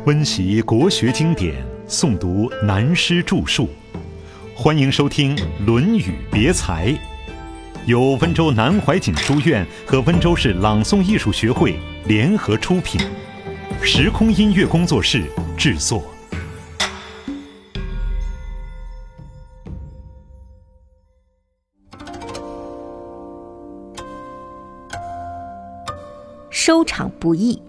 温习国学经典，诵读南师著述。欢迎收听《论语别裁》，由温州南怀瑾书院和温州市朗诵艺术学会联合出品，时空音乐工作室制作。 收场不易。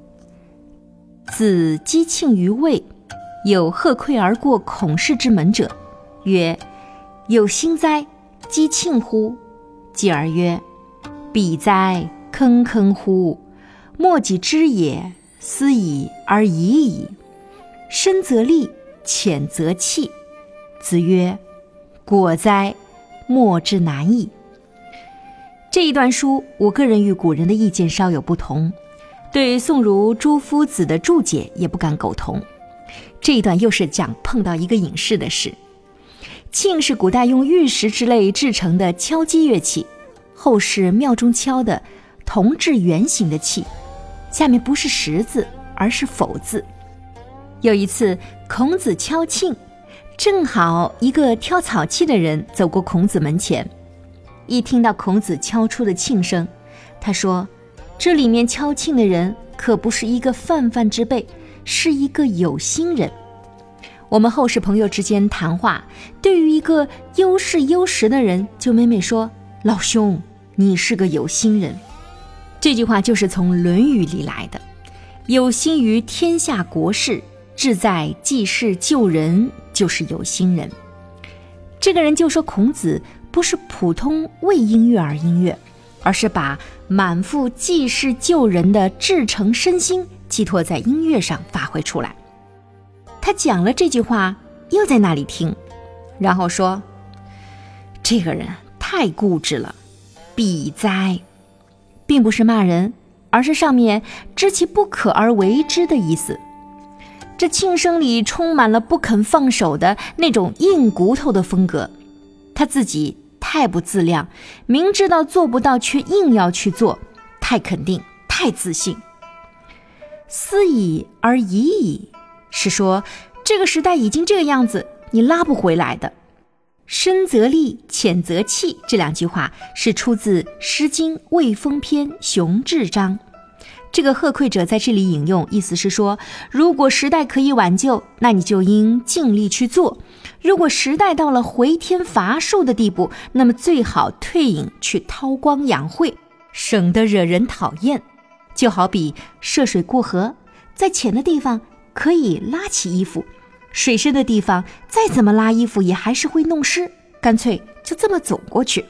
子姬庆于卫，有鹤窥而过孔氏之门者，曰：有心哉，姬庆乎？继而曰：彼哉，坑坑乎！莫己知也，斯已而已矣。深则厉，浅则弃。子曰：果哉，莫之难矣。这一段书，我个人与古人的意见稍有不同，对宋儒朱夫子的注解也不敢苟同。这一段又是讲碰到一个隐士的事。磬是古代用玉石之类制成的敲击乐器，后世庙中敲的铜制圆形的器，下面不是石字，而是否字。有一次孔子敲磬，正好一个挑草器的人走过孔子门前，一听到孔子敲出的磬声，他说：这里面敲磬的人可不是一个泛泛之辈，是一个有心人。我们后世朋友之间谈话，对于一个优势优实的人，就每每说：老兄，你是个有心人。这句话就是从《论语》里来的，有心于天下国事，志在济世救人，就是有心人。这个人就说孔子不是普通为音乐而音乐，而是把满腹济世救人的至诚身心寄托在音乐上发挥出来。他讲了这句话，又在那里听，然后说：这个人太固执了，彼哉，并不是骂人，而是上面知其不可而为之的意思。这磬声里充满了不肯放手的那种硬骨头的风格，他自己太不自量，明知道做不到却硬要去做，太肯定，太自信。斯已而已矣，是说这个时代已经这个样子，你拉不回来的。深则厉，浅则弃，这两句话是出自《诗经·卫风篇·熊志章》。这个贺馈者在这里引用，意思是说，如果时代可以挽救，那你就应尽力去做；如果时代到了回天乏术的地步，那么最好退隐去韬光养晦，省得惹人讨厌。就好比涉水过河，在浅的地方可以拉起衣服，水深的地方再怎么拉衣服也还是会弄湿，干脆就这么走过去。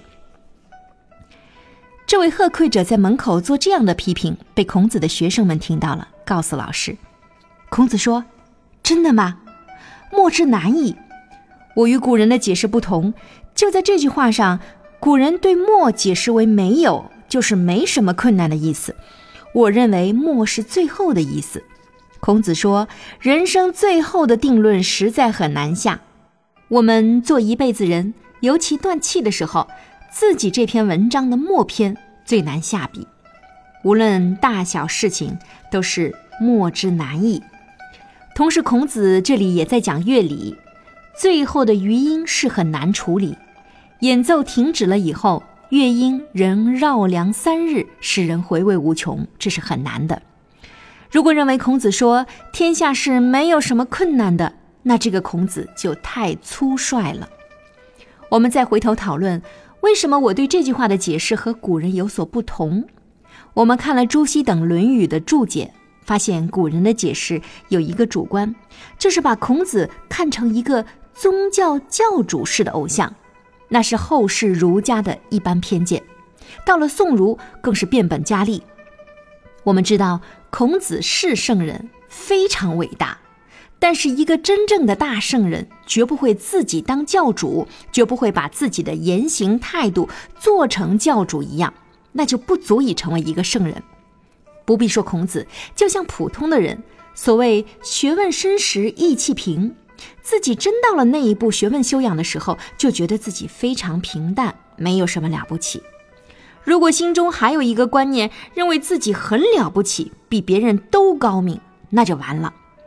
这位贺馈者在门口做这样的批评，被孔子的学生们听到了，告诉老师。孔子说：真的吗？莫之难矣。我与古人的解释不同，就在这句话上，古人对莫解释为没有，就是没什么困难的意思。我认为莫是最后的意思。孔子说，人生最后的定论实在很难下。我们做一辈子人，尤其断气的时候，自己这篇文章的末篇最难下笔。无论大小事情，都是莫之难矣。同时孔子这里也在讲乐理，最后的余音是很难处理，演奏停止了以后，乐音仍绕梁3日，使人回味无穷，这是很难的。如果认为孔子说天下事没有什么困难的，那这个孔子就太粗率了。我们再回头讨论，为什么我对这句话的解释和古人有所不同？我们看了朱熹等《论语》的注解，发现古人的解释有一个主观，就是把孔子看成一个宗教教主式的偶像，那是后世儒家的一般偏见。到了宋儒，更是变本加厉。我们知道孔子是圣人，非常伟大，但是一个真正的大圣人绝不会自己当教主，绝不会把自己的言行态度做成教主一样，那就不足以成为一个圣人。不必说孔子，就像普通的人，所谓学问深时意气平，自己真到了那一步学问修养的时候，就觉得自己非常平淡，没有什么了不起。如果心中还有一个观念，认为自己很了不起，比别人都高明，那就完了。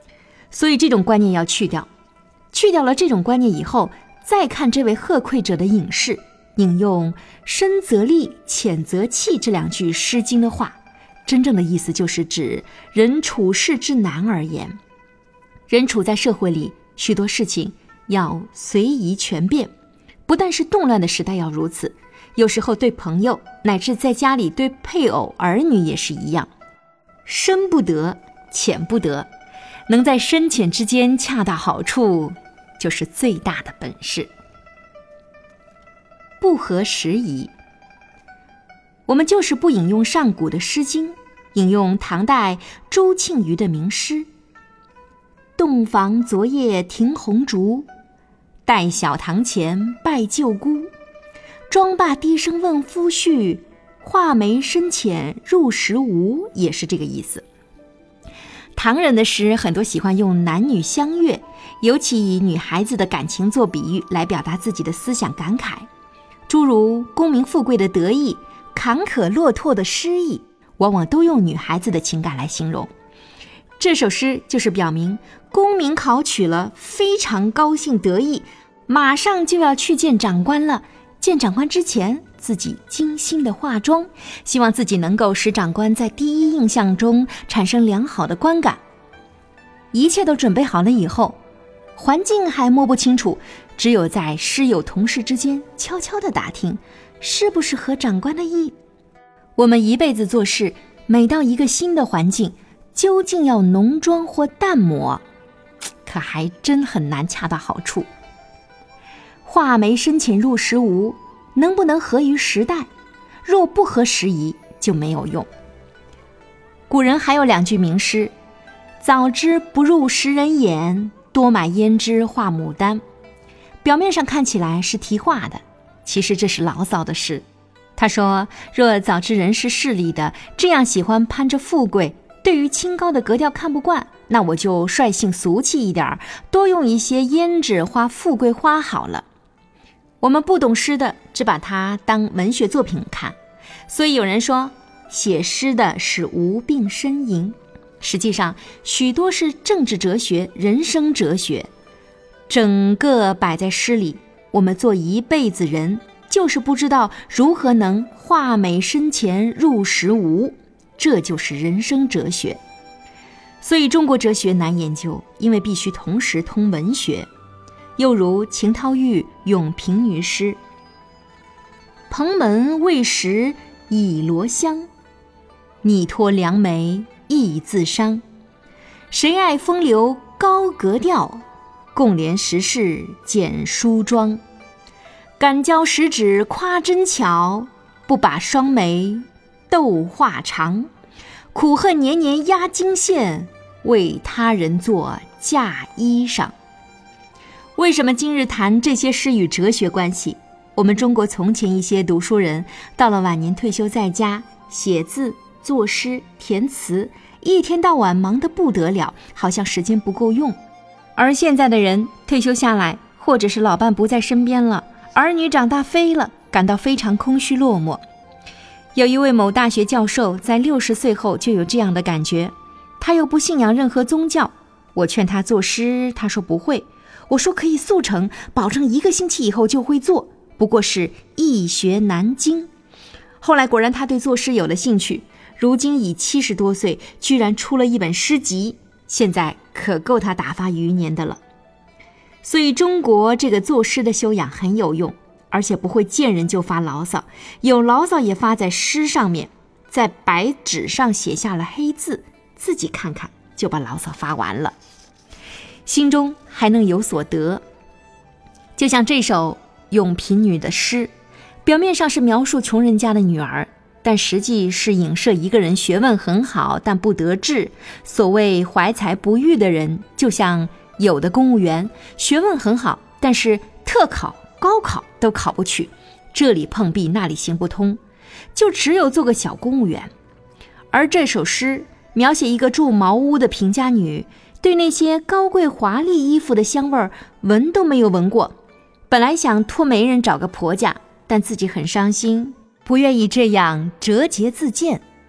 所以这种观念要去掉。去掉了这种观念以后，再看这位贺馈者的隐士，引用深则厉，浅则弃这2句诗经的话，真正的意思就是指人处世之难而言。人处在社会里，许多事情要随宜权变，不但是动乱的时代要如此，有时候对朋友乃至在家里对配偶儿女也是一样，深不得浅不得，能在深浅之间恰到好处，就是最大的本事。不合时宜，我们就是不引用上古的诗经，引用唐代周庆余的名诗：洞房昨夜停红烛，待小堂前拜舅姑。妆罢低声问夫婿，画眉深浅入时无，也是这个意思。唐人的诗很多喜欢用男女相悦，尤其以女孩子的感情做比喻来表达自己的思想感慨，诸如功名富贵的得意，坎坷落拓的失意，往往都用女孩子的情感来形容。这首诗就是表明功名考取了，非常高兴得意，马上就要去见长官了。见长官之前，自己精心的化妆，希望自己能够使长官在第一印象中产生良好的观感。一切都准备好了以后，环境还摸不清楚，只有在师友同事之间悄悄地打听，是不是合长官的意。我们一辈子做事，每到一个新的环境，究竟要浓妆或淡抹，可还真很难恰到好处。画眉深浅入时无，能不能合于时代？若不合时宜，就没有用。古人还有2句名诗：早知不入时人眼，多买胭脂画牡丹。表面上看起来是题画的，其实这是牢骚的诗。他说，若早知人是势利的，这样喜欢攀着富贵，对于清高的格调看不惯，那我就率性俗气一点，多用一些胭脂画富贵花好了。我们不懂诗的，只把它当文学作品看，所以有人说写诗的是无病呻吟，实际上许多是政治哲学、人生哲学，整个摆在诗里。我们做一辈子人，就是不知道如何能画眉深浅入时无，这就是人生哲学。所以中国哲学难研究，因为必须同时通文学。又如秦涛玉咏平舆诗：蓬门未识已罗香，拟托良媒亦自伤。谁爱风流高格调，共怜时事简梳妆。敢教食指夸针巧，不把双眉斗画长。苦恨年年压金线，为他人做嫁衣裳。为什么今日谈这些诗与哲学关系？我们中国从前一些读书人，到了晚年退休在家，写字、作诗、填词，一天到晚忙得不得了，好像时间不够用。而现在的人退休下来，或者是老伴不在身边了，儿女长大飞了，感到非常空虚落寞。有一位某大学教授在60岁后就有这样的感觉，他又不信仰任何宗教，我劝他作诗，他说不会。我说可以速成，保证1个星期以后就会做，不过是易学难精。后来果然他对作诗有了兴趣，如今已70多岁，居然出了一本诗集，现在可够他打发余年的了。所以中国这个作诗的修养很有用，而且不会见人就发牢骚，有牢骚也发在诗上面，在白纸上写下了黑字，自己看看就把牢骚发完了，心中还能有所得。就像这首咏贫女的诗，表面上是描述穷人家的女儿，但实际是影射一个人学问很好但不得志。所谓怀才不遇的人，就像有的公务员学问很好，但是特考、高考都考不取，这里碰壁那里行不通，就只有做个小公务员。而这首诗描写一个住茅屋的贫家女，对那些高贵华丽衣服的香味闻都没有闻过，本来想托媒人找个婆家，但自己很伤心，不愿意这样折节自荐，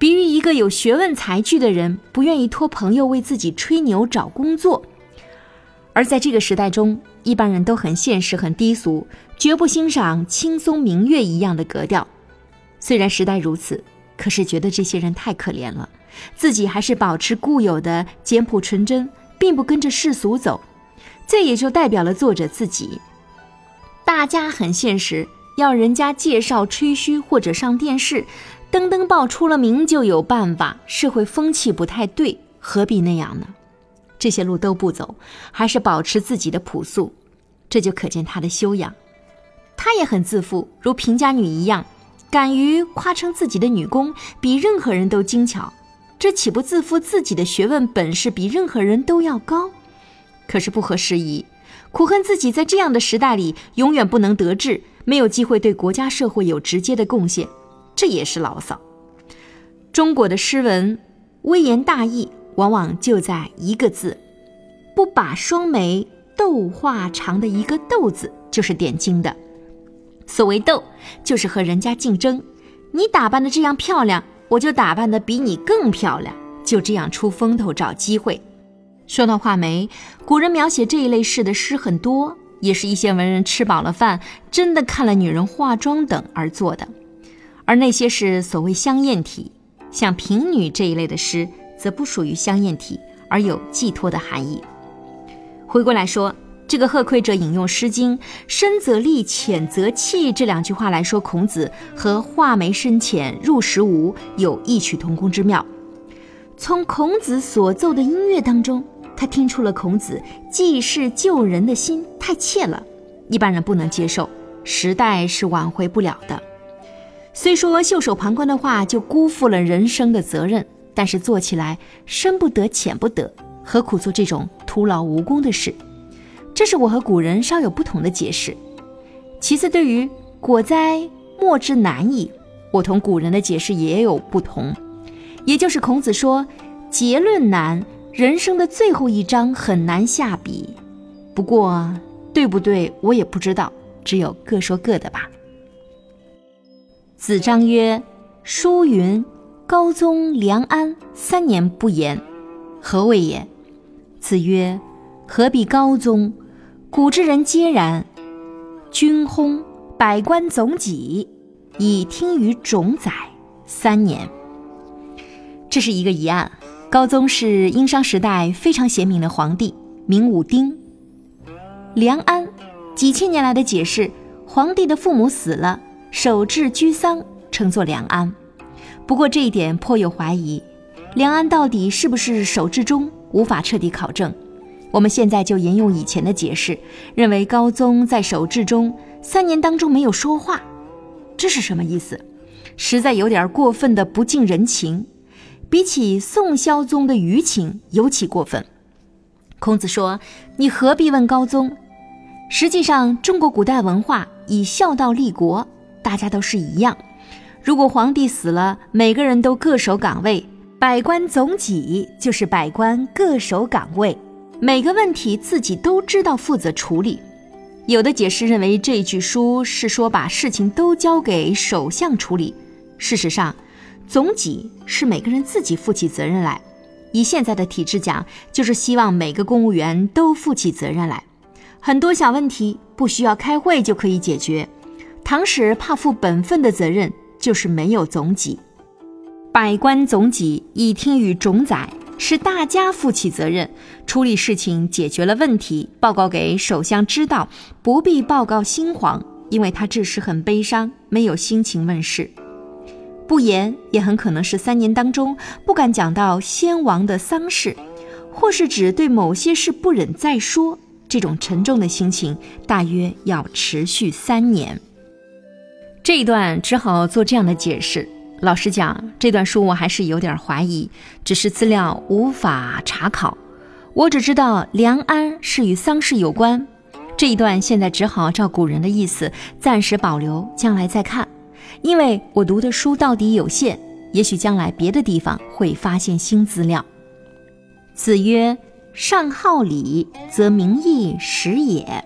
比喻一个有学问才具的人不愿意托朋友为自己吹牛找工作。而在这个时代中，一般人都很现实很低俗，绝不欣赏轻松明月一样的格调。虽然时代如此，可是觉得这些人太可怜了，自己还是保持固有的简朴纯真，并不跟着世俗走。这也就代表了作者自己。大家很现实，要人家介绍吹嘘或者上电视，登登报出了名就有办法，社会风气不太对，何必那样呢？这些路都不走，还是保持自己的朴素，这就可见他的修养。他也很自负，如贫家女一样，敢于夸称自己的女工比任何人都精巧，这岂不自负自己的学问本事比任何人都要高？可是不合时宜，苦恨自己在这样的时代里永远不能得志，没有机会对国家社会有直接的贡献，这也是牢骚。中国的诗文微言大义，往往就在一个字，不把双眉斗画长的一个斗字就是点睛的。所谓斗，就是和人家竞争，你打扮的这样漂亮，我就打扮的比你更漂亮，就这样出风头找机会。说到画眉，古人描写这一类事的诗很多，也是一些文人吃饱了饭，真的看了女人化妆等而做的。而那些是所谓香艳体，像贫女这一类的诗则不属于香艳体，而有寄托的含义。回过来说，这个贺窥者引用《诗经》深则厉，浅则弃这两句话来说孔子和画眉深浅入时无有异曲同工之妙。从孔子所奏的音乐当中，他听出了孔子济世救人的心太切了，一般人不能接受，时代是挽回不了的。虽说袖手旁观的话就辜负了人生的责任，但是做起来深不得浅不得，何苦做这种徒劳无功的事？这是我和古人稍有不同的解释。其次，对于果哉莫之难矣，我同古人的解释也有不同。也就是孔子说结论难，人生的最后一章很难下笔。不过对不对我也不知道，只有各说各的吧。子张曰：书云高宗梁安3年不言，何谓也？子曰：何必高宗？古之人皆然。君薨，百官总己，以听于种宰3年。这是一个疑案。高宗是殷商时代非常贤明的皇帝，名武丁。梁安几千年来的解释，皇帝的父母死了，守制居丧，称作梁安。不过这一点颇有怀疑，梁安到底是不是守制中，无法彻底考证。我们现在就沿用以前的解释，认为高宗在守制中3年当中没有说话。这是什么意思？实在有点过分的不近人情，比起宋孝宗的舆情尤其过分。孔子说，你何必问高宗？实际上中国古代文化以孝道立国，大家都是一样。如果皇帝死了，每个人都各守岗位，百官总己，就是百官各守岗位，每个问题自己都知道负责处理。有的解释认为这句书是说把事情都交给首相处理，事实上总己是每个人自己负起责任来，以现在的体制讲，就是希望每个公务员都负起责任来。很多小问题不需要开会就可以解决，唐使怕负本分的责任，就是没有总己。百官总己，以听于种宰，是大家负起责任，处理事情，解决了问题，报告给首相知道，不必报告新皇，因为他这时很悲伤，没有心情问事。不言也很可能是3年当中不敢讲到先王的丧事，或是指对某些事不忍再说，这种沉重的心情大约要持续3年。这一段只好做这样的解释。老实讲，这段书我还是有点怀疑，只是资料无法查考。我只知道梁安是与丧事有关，这一段现在只好照古人的意思暂时保留，将来再看。因为我读的书到底有限，也许将来别的地方会发现新资料。子曰：上好礼，则民义始也。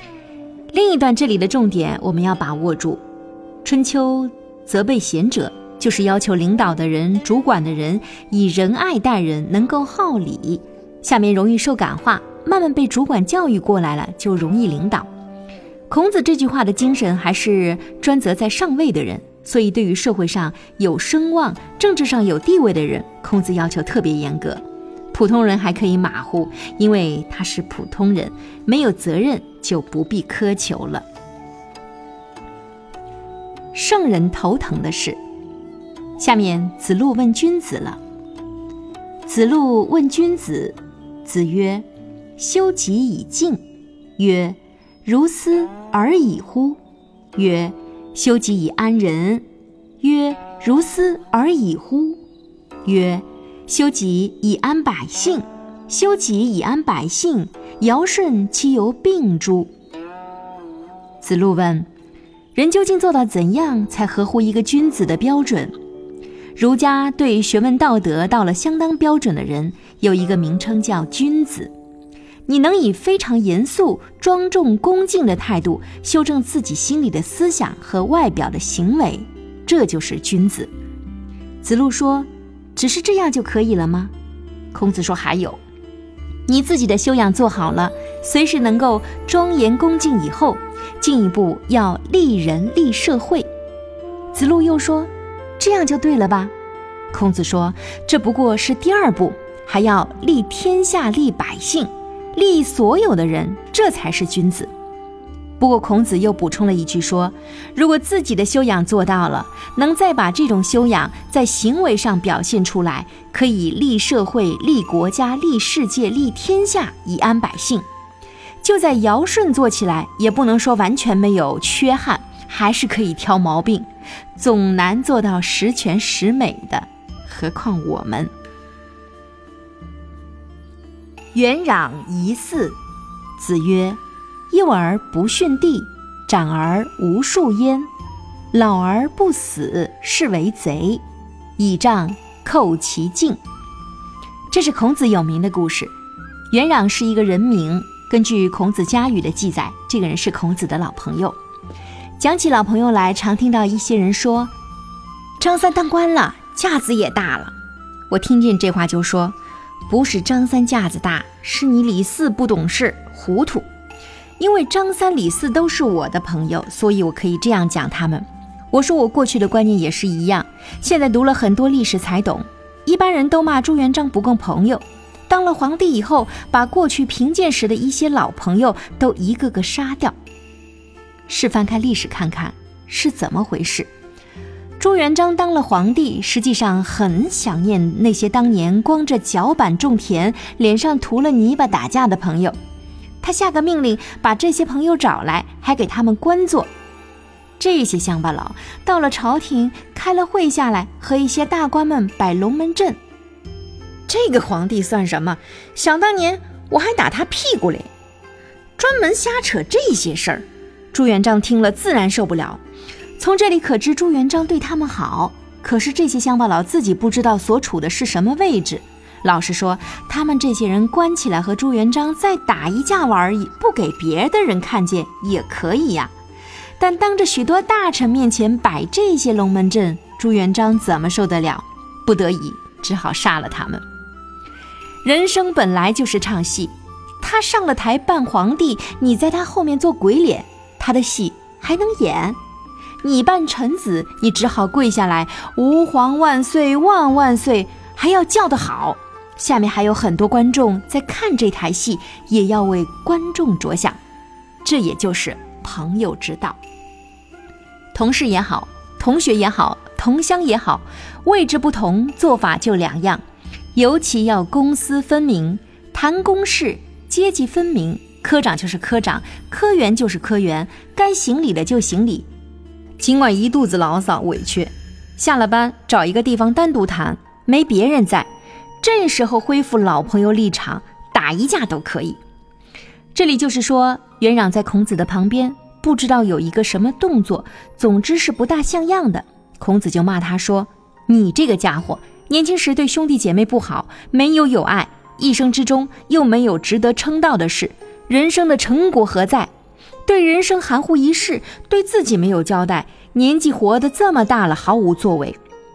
另一段这里的重点我们要把握住。春秋责备贤者， 就是要求领导的人、主管的人以仁爱待人，能够好礼。下面容易受感化，慢慢被主管教育过来了，就容易领导。孔子这句话的精神还是专责在上位的人，所以对于社会上有声望、政治上有地位的人，孔子要求特别严格。普通人还可以马虎，因为他是普通人，没有责任就不必苛求了。圣人头疼的事，下面子路问君子了。子路问君子，子曰：修己以敬。曰：如斯而已乎？曰：修己以安人。曰：如斯而已乎？曰：修己以安百姓。修己以安百姓，尧舜其犹病诸？子路问：人究竟做到怎样才合乎一个君子的标准？儒家对学问道德到了相当标准的人，有一个名称叫君子。你能以非常严肃、庄重、恭敬的态度修正自己心里的思想和外表的行为，这就是君子。子路说：只是这样就可以了吗？孔子说：还有，你自己的修养做好了，随时能够庄严恭敬以后，进一步要利人利社会。子路又说：这样就对了吧？孔子说：这不过是第二步，还要利天下利百姓，利所有的人，这才是君子。不过孔子又补充了一句说：如果自己的修养做到了，能再把这种修养在行为上表现出来，可以利社会、利国家、利世界、利天下，以安百姓。就在尧舜做起来，也不能说完全没有缺憾，还是可以挑毛病，总难做到十全十美的，何况我们。元壤夷祀。子曰：幼而不训弟，长而无术焉，老而不死，是为贼。倚杖寇其境。这是孔子有名的故事。元壤是一个人名，根据孔子家语的记载，这个人是孔子的老朋友。讲起老朋友来，常听到一些人说：张三当官了，架子也大了。我听见这话就说：不是张三架子大，是你李四不懂事糊涂。因为张三李四都是我的朋友，所以我可以这样讲他们。我说我过去的观念也是一样，现在读了很多历史才懂。一般人都骂朱元璋不够朋友，当了皇帝以后，把过去贫贱时的一些老朋友都一个个杀掉。是翻开历史看看是怎么回事。朱元璋当了皇帝，实际上很想念那些当年光着脚板种田，脸上涂了泥巴打架的朋友。他下个命令，把这些朋友找来，还给他们官做。这些乡巴佬到了朝廷，开了会下来，和一些大官们摆龙门阵。这个皇帝算什么？想当年我还打他屁股嘞！专门瞎扯这些事儿，朱元璋听了自然受不了。从这里可知朱元璋对他们好，可是这些乡巴佬自己不知道所处的是什么位置。老实说，他们这些人关起来和朱元璋再打一架玩而已，不给别的人看见也可以呀。但当着许多大臣面前摆这些龙门阵，朱元璋怎么受得了？不得已只好杀了他们。人生本来就是唱戏，他上了台扮皇帝，你在他后面做鬼脸，他的戏还能演？你扮臣子，你只好跪下来，吾皇万岁万万岁，还要叫得好。下面还有很多观众在看这台戏，也要为观众着想，这也就是朋友之道。同事也好，同学也好，同乡也好，位置不同，做法就两样。尤其要公私分明，谈公事，阶级分明，科长就是科长，科员就是科员，该行礼的就行礼。尽管一肚子牢骚委屈，下了班找一个地方单独谈，没别人在，这时候恢复老朋友立场，打一架都可以。这里就是说，元壤在孔子的旁边，不知道有一个什么动作，总之是不大像样的。孔子就骂他说：你这个家伙，年轻时对兄弟姐妹不好，没有友爱，一生之中又没有值得称道的事，人生的成果何在？对人生含糊一世，对自己没有交代，年纪活得这么大了，毫无作为。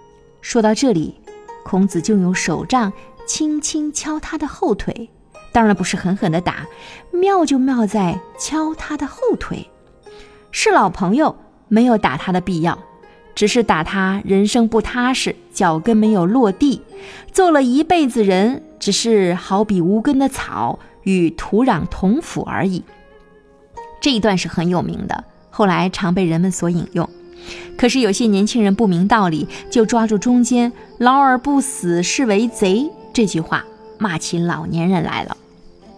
说到这里，孔子就用手杖轻轻敲他的后腿，当然不是狠狠地打，妙就妙在敲他的后腿。是老朋友，没有打他的必要，只是打他人生不踏实，脚跟没有落地，做了一辈子人，只是好比无根的草，与土壤同腐而已。这一段是很有名的，后来常被人们所引用。可是有些年轻人不明道理，就抓住中间老而不死是为贼这句话，骂起老年人来了。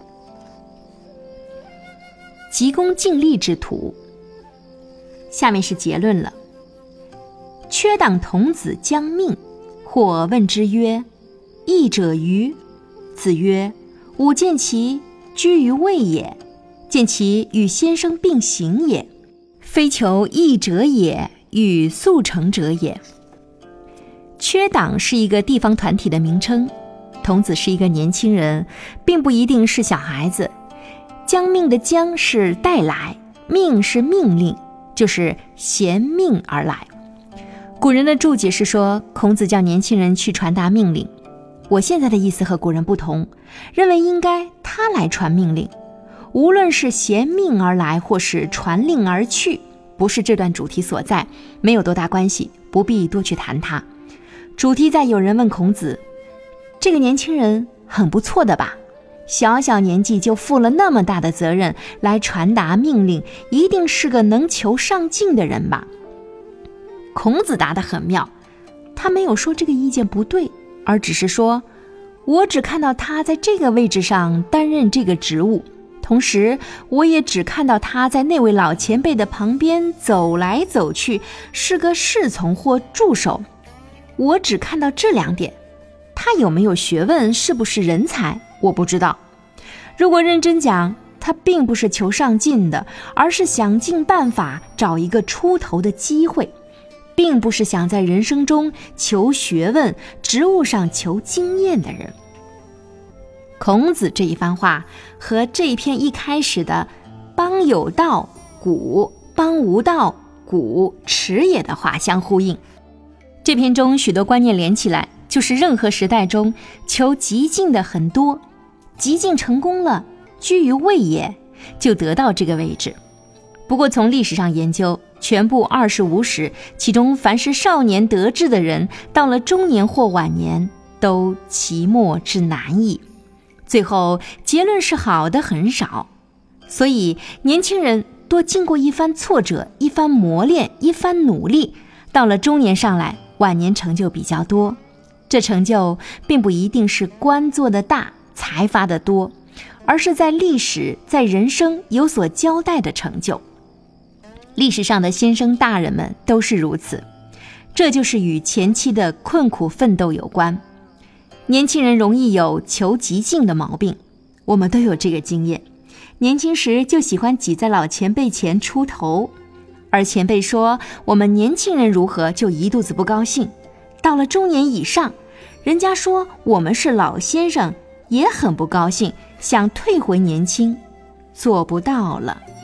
急功近利之徒，下面是结论了。缺党童子将命，或问之曰：义者于？子曰：吾见其居于位也，见其与先生并行也，非求义者也，与速成者也。缺党是一个地方团体的名称，童子是一个年轻人，并不一定是小孩子。将命的将是带来，命是命令，就是衔命而来。古人的注解是说，孔子叫年轻人去传达命令。我现在的意思和古人不同，认为应该他来传命令。无论是衔命而来，或是传令而去，不是这段主题所在，没有多大关系，不必多去谈它。主题在有人问孔子，这个年轻人很不错的吧？小小年纪就负了那么大的责任来传达命令，一定是个能求上进的人吧？孔子答得很妙，他没有说这个意见不对，而只是说，我只看到他在这个位置上担任这个职务，同时我也只看到他在那位老前辈的旁边走来走去，是个侍从或助手。我只看到这两点，他有没有学问，是不是人才，我不知道。如果认真讲，他并不是求上进的，而是想尽办法找一个出头的机会，并不是想在人生中求学问，职务上求经验的人。孔子这一番话和这一篇一开始的邦有道古，邦无道古，耻也的话相呼应。这篇中许多观念连起来，就是任何时代中求极进的很多，极进成功了，居于位也，就得到这个位置。不过从历史上研究，全部25史，其中凡是少年得志的人，到了中年或晚年，都其末之难矣。最后结论是好的很少，所以年轻人多经过一番挫折，一番磨练，一番努力，到了中年上来，晚年成就比较多。这成就并不一定是官做得大，财发得多，而是在历史，在人生有所交代的成就。历史上的先生大人们都是如此，这就是与前期的困苦奋斗有关。年轻人容易有求极进的毛病，我们都有这个经验。年轻时就喜欢挤在老前辈前出头，而前辈说我们年轻人如何，就一肚子不高兴。到了中年以上，人家说我们是老先生，也很不高兴，想退回年轻，做不到了。